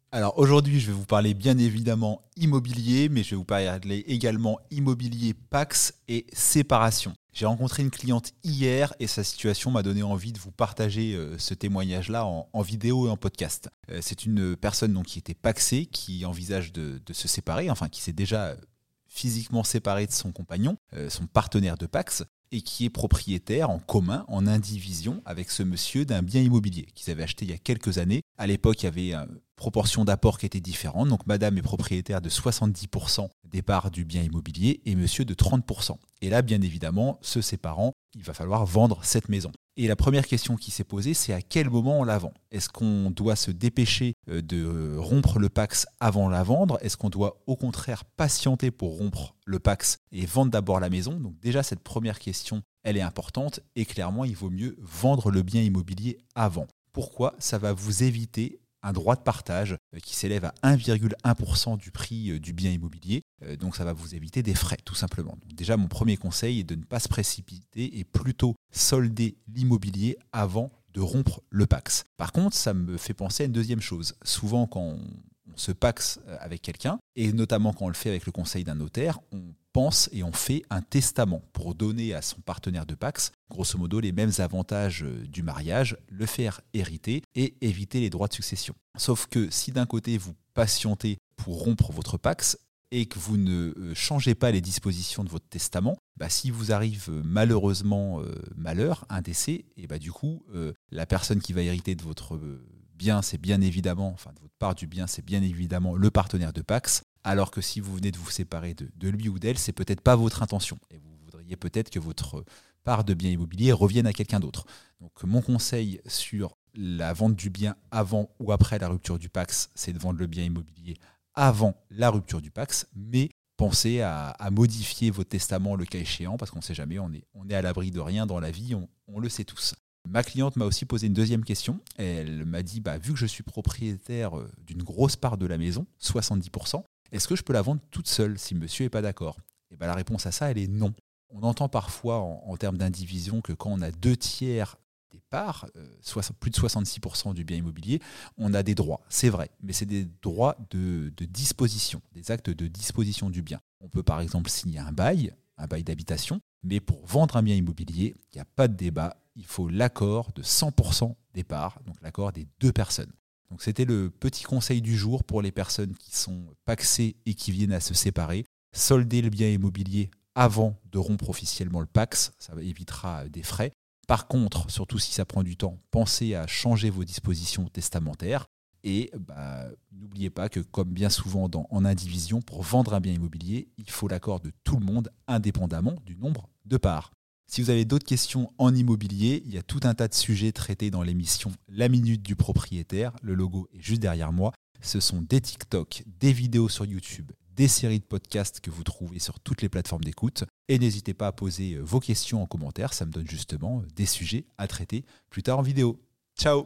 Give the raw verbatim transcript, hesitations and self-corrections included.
Alors aujourd'hui, je vais vous parler bien évidemment immobilier, mais je vais vous parler également immobilier Pacs et séparation. J'ai rencontré une cliente hier et sa situation m'a donné envie de vous partager euh, ce témoignage-là en, en vidéo et en podcast. Euh, c'est une personne donc, qui était pacsée, qui envisage de, de se séparer, enfin qui s'est déjà physiquement séparée de son compagnon, euh, son partenaire de Pacs, et qui est propriétaire en commun, en indivision, avec ce monsieur d'un bien immobilier qu'ils avaient acheté il y a quelques années. À l'époque, il y avait une proportion d'apport qui était différente. Donc, madame est propriétaire de soixante-dix pour cent des parts du bien immobilier et monsieur de trente pour cent. Et là, bien évidemment, se séparant, il va falloir vendre cette maison. Et la première question qui s'est posée, c'est à quel moment on la vend ? Est-ce qu'on doit se dépêcher de rompre le Pacs avant la vendre ? Est-ce qu'on doit au contraire patienter pour rompre le Pacs et vendre d'abord la maison ? Donc déjà, cette première question, elle est importante et clairement, il vaut mieux vendre le bien immobilier avant. Pourquoi ? Ça va vous éviter un droit de partage qui s'élève à un virgule un pour cent du prix du bien immobilier. Donc ça va vous éviter des frais, tout simplement. Donc déjà, mon premier conseil est de ne pas se précipiter et plutôt solder l'immobilier avant de rompre le Pacs. Par contre, ça me fait penser à une deuxième chose. Souvent, quand on se Pacs avec quelqu'un, et notamment quand on le fait avec le conseil d'un notaire, on pense et on fait un testament pour donner à son partenaire de Pacs, grosso modo, les mêmes avantages du mariage, le faire hériter et éviter les droits de succession. Sauf que si d'un côté vous patientez pour rompre votre Pacs et que vous ne changez pas les dispositions de votre testament, bah si vous arrive malheureusement euh, malheur, un décès, et bah du coup, euh, la personne qui va hériter de votre bien, c'est bien évidemment, enfin de votre part du bien, c'est bien évidemment le partenaire de Pacs, alors que si vous venez de vous séparer de, de lui ou d'elle, c'est peut-être pas votre intention. Et vous voudriez peut-être que votre part de bien immobilier revienne à quelqu'un d'autre. Donc mon conseil sur la vente du bien avant ou après la rupture du Pacs, c'est de vendre le bien immobilier avant la rupture du Pacs, mais pensez à, à modifier votre testament le cas échéant, parce qu'on ne sait jamais, on est, on est à l'abri de rien dans la vie, on, on le sait tous. Ma cliente m'a aussi posé une deuxième question. Elle m'a dit, bah, vu que je suis propriétaire d'une grosse part de la maison, soixante-dix pour cent, est-ce que je peux la vendre toute seule si monsieur n'est pas d'accord ? Et bah, la réponse à ça, elle est non. On entend parfois en, en termes d'indivision que quand on a deux tiers des parts, euh, soixante, plus de soixante-six pour cent du bien immobilier, on a des droits. C'est vrai, mais c'est des droits de, de disposition, des actes de disposition du bien. On peut par exemple signer un bail, un bail d'habitation, mais pour vendre un bien immobilier, il n'y a pas de débat, il faut l'accord de cent pour cent des parts, donc l'accord des deux personnes. Donc c'était le petit conseil du jour pour les personnes qui sont pacsées et qui viennent à se séparer. Solder le bien immobilier avant de rompre officiellement le Pacs, ça évitera des frais. Par contre, surtout si ça prend du temps, pensez à changer vos dispositions testamentaires. Et bah, n'oubliez pas que, comme bien souvent dans, en indivision, pour vendre un bien immobilier, il faut l'accord de tout le monde, indépendamment du nombre de parts. Si vous avez d'autres questions en immobilier, il y a tout un tas de sujets traités dans l'émission La Minute du Propriétaire. Le logo est juste derrière moi. Ce sont des TikTok, des vidéos sur YouTube, des séries de podcasts que vous trouvez sur toutes les plateformes d'écoute. Et n'hésitez pas à poser vos questions en commentaire, ça me donne justement des sujets à traiter plus tard en vidéo. Ciao !